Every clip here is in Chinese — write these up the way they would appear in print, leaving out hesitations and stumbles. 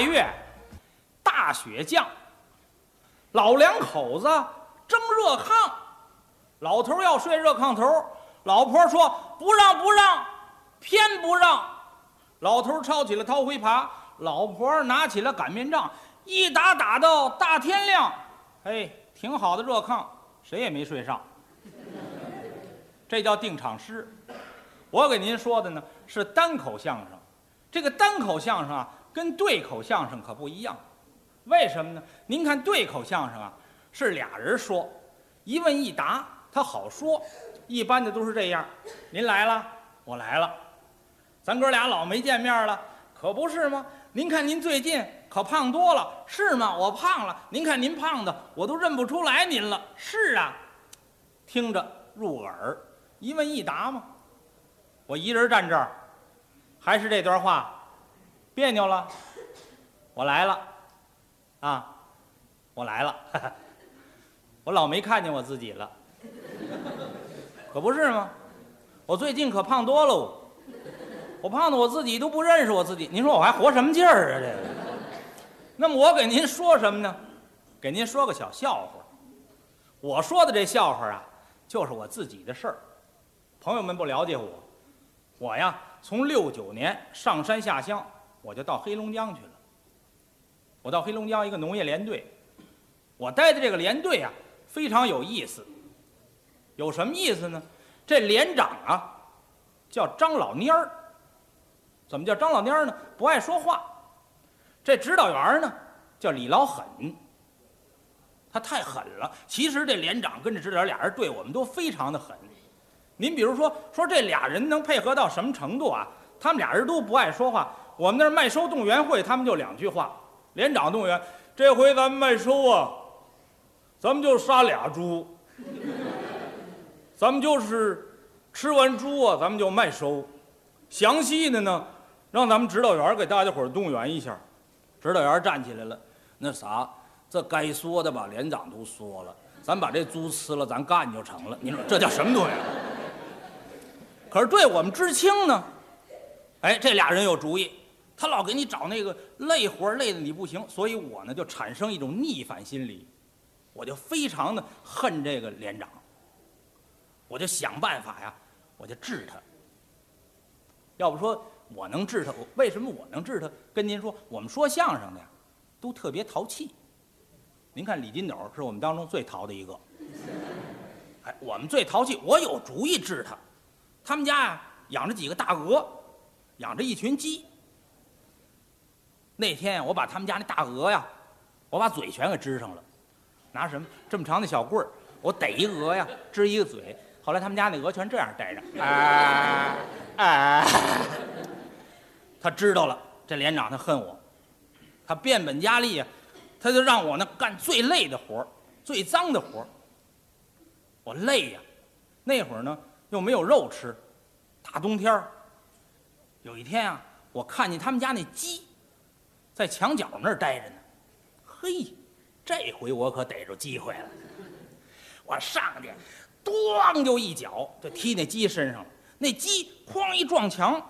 月，大雪降，老两口子争热炕，老头要睡热炕头，老婆说不让不让，偏不让。老头抄起了掏灰耙，老婆拿起了擀面杖，一打打到大天亮。哎，挺好的热炕，谁也没睡上。这叫定场诗。我给您说的呢是单口相声，这个单口相声啊跟对口相声可不一样。为什么呢？您看对口相声啊是俩人说，一问一答，他好说。一般的都是这样，您来了，我来了，咱哥俩老没见面了，可不是吗？您看您最近可胖多了，是吗？我胖了，您看您胖的，我都认不出来您了。是啊，听着入耳，一问一答嘛。我一人站这儿，还是这段话，别扭了。我来了，啊，我来了，哈哈，我老没看见我自己了，可不是吗？我最近可胖多喽，我胖的我自己都不认识我自己，您说我还活什么劲儿啊？这个。那么我给您说什么呢？给您说个小笑话。我说的这笑话啊，就是我自己的事儿。朋友们不了解我。我呀，从69年上山下乡，我就到黑龙江去了。我到黑龙江一个农业连队，我待的这个连队啊，非常有意思。有什么意思呢？这连长啊，叫张老蔫儿。怎么叫张老蔫儿呢？不爱说话。这指导员呢，叫李老狠。他太狠了。其实这连长跟这指导员俩人对我们都非常的狠。您比如说这俩人能配合到什么程度啊？他们俩人都不爱说话。我们那儿麦收动员会，他们就2句话。连长动员，这回咱们麦收啊，咱们就杀2猪，咱们就是吃完猪啊，咱们就麦收。详细的呢，让咱们指导员给大家伙儿动员一下。指导员站起来了，那啥，这该说的吧，连长都说了，咱把这猪吃了，咱干就成了。您说这叫什么动员？可是对我们知青呢，哎，这俩人有主意，他老给你找那个累活，累的你不行，所以我呢就产生一种逆反心理，我就非常的恨这个连长，我就想办法呀，我就治他。要不说我能治他，为什么我能治他？跟您说，我们说相声的呀，都特别淘气。您看李金斗是我们当中最淘的一个，哎，我们最淘气，我有主意治他。他们家呀养着几个大鹅，养着一群鸡。那天我把他们家那大鹅呀，我把嘴全给支上了，拿什么这么长的小棍儿，我逮一鹅呀，支一个嘴。后来他们家那鹅全这样待着，他知道了，这连长他恨我，他变本加厉呀，他就让我呢干最累的活，最脏的活。我累呀，那会儿呢又没有肉吃，大冬天儿。有一天啊，我看见他们家那鸡在墙角那儿待着呢，嘿，这回我可逮着机会了。我上去，咣就一脚就踢那鸡身上了，那鸡哐一撞墙，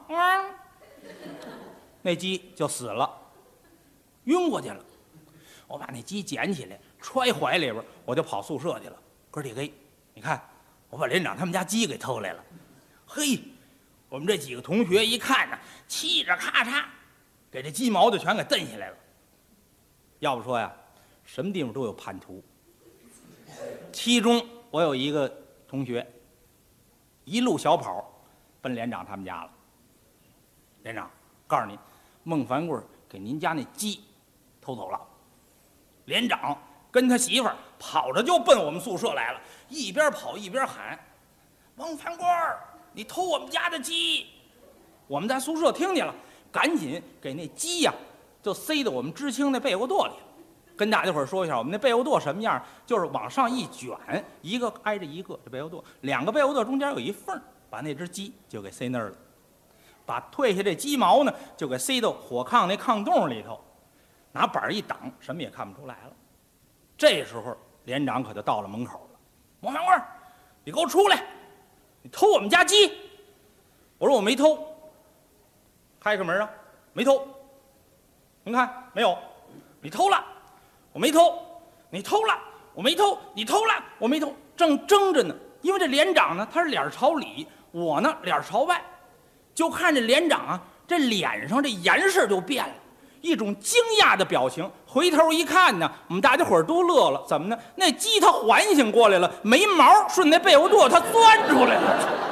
那鸡就死了，晕过去了。我把那鸡捡起来，揣怀里边，我就跑宿舍去了。哥几个，你看，我把连长他们家鸡给偷来了。嘿，我们这几个同学一看呢，气着咔嚓，给这鸡毛就全给蹬下来了。要不说呀，什么地方都有叛徒。其中我有一个同学，一路小跑奔连长他们家了。连长，告诉您，孟凡贵给您家那鸡偷走了。连长跟他媳妇儿跑着就奔我们宿舍来了，一边跑一边喊：“孟凡贵，你偷我们家的鸡！”我们在宿舍听见了，赶紧给那鸡呀，就塞到我们知青那被窝垛里了。跟大家伙说一下，我们那被窝垛什么样？就是往上一卷，一个挨着一个，这被窝垛2个被窝垛中间有一缝，把那只鸡就给塞那儿了。把退下这鸡毛呢，就给塞到火炕那炕洞里头，拿板一挡，什么也看不出来了。这时候连长可就到了门口了。孟凡贵，你给我出来！你偷我们家鸡！我说我没偷。开开门啊，没偷。 您看没有？你偷了，我没偷；你偷了，我没偷；你偷了，我没偷。正争着呢，因为这连长呢，他是脸朝里，我呢脸朝外，就看这连长啊，这脸上这颜色就变了。一种惊讶的表情，回头一看呢，我们大家伙儿都乐了。怎么呢？那鸡它唤醒过来了，没毛顺那被窝垛它钻出来了。